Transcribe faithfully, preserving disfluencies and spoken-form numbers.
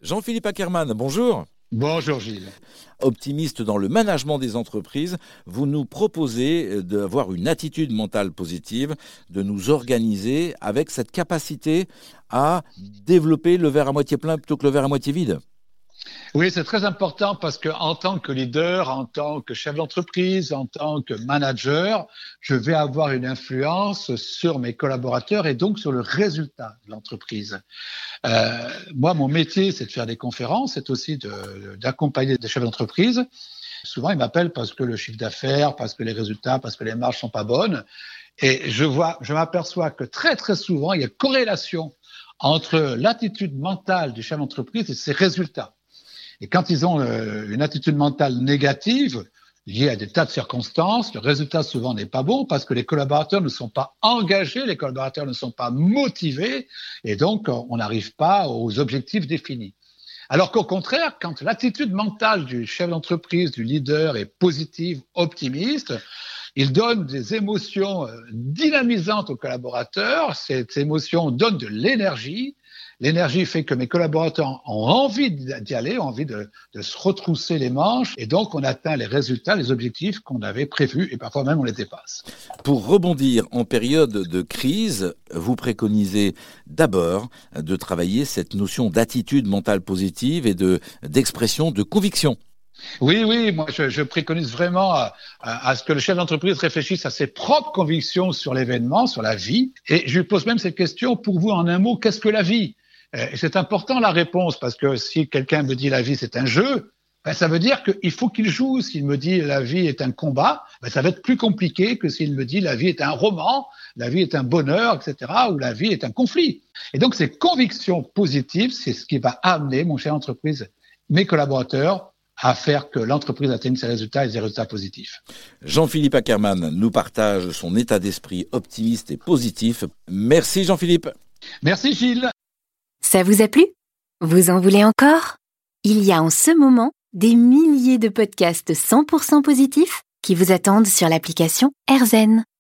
Jean-Philippe Ackermann, bonjour. Bonjour Gilles. Optimiste dans le management des entreprises, vous nous proposez d'avoir une attitude mentale positive, de nous organiser avec cette capacité à développer le verre à moitié plein plutôt que le verre à moitié vide. Oui, c'est très important parce que en tant que leader, en tant que chef d'entreprise, en tant que manager, je vais avoir une influence sur mes collaborateurs et donc sur le résultat de l'entreprise. Euh, moi, mon métier, c'est de faire des conférences, c'est aussi de, d'accompagner des chefs d'entreprise. Souvent, ils m'appellent parce que le chiffre d'affaires, parce que les résultats, parce que les marges sont pas bonnes. Et je vois, je m'aperçois que très, très souvent, il y a corrélation entre l'attitude mentale du chef d'entreprise et ses résultats. Et quand ils ont euh, une attitude mentale négative, liée à des tas de circonstances, le résultat souvent n'est pas bon parce que les collaborateurs ne sont pas engagés, les collaborateurs ne sont pas motivés et donc on n'arrive pas aux objectifs définis. Alors qu'au contraire, quand l'attitude mentale du chef d'entreprise, du leader est positive, optimiste, il donne des émotions dynamisantes aux collaborateurs, ces émotions donnent de l'énergie. L'énergie fait que mes collaborateurs ont envie d'y aller, ont envie de, de se retrousser les manches et donc on atteint les résultats, les objectifs qu'on avait prévus et parfois même on les dépasse. Pour rebondir en période de crise, vous préconisez d'abord de travailler cette notion d'attitude mentale positive et de, d'expression de conviction. Oui, oui, moi je, je préconise vraiment à, à, à ce que le chef d'entreprise réfléchisse à ses propres convictions sur l'événement, sur la vie. Et je lui pose même cette question, pour vous en un mot, qu'est-ce que la vie ? Et c'est important la réponse, parce que si quelqu'un me dit la vie c'est un jeu, ben, ça veut dire qu'il faut qu'il joue. S'il me dit la vie est un combat, ben, ça va être plus compliqué que s'il me dit la vie est un roman, la vie est un bonheur, et cetera, ou la vie est un conflit. Et donc ces convictions positives, c'est ce qui va amener mon chef d'entreprise, mes collaborateurs, à faire que l'entreprise atteigne ses résultats et ses résultats positifs. Jean-Philippe Ackermann nous partage son état d'esprit optimiste et positif. Merci Jean-Philippe. Merci Gilles. Ça vous a plu ? Vous en voulez encore ? Il y a en ce moment des milliers de podcasts cent pour cent positifs qui vous attendent sur l'application AirZen.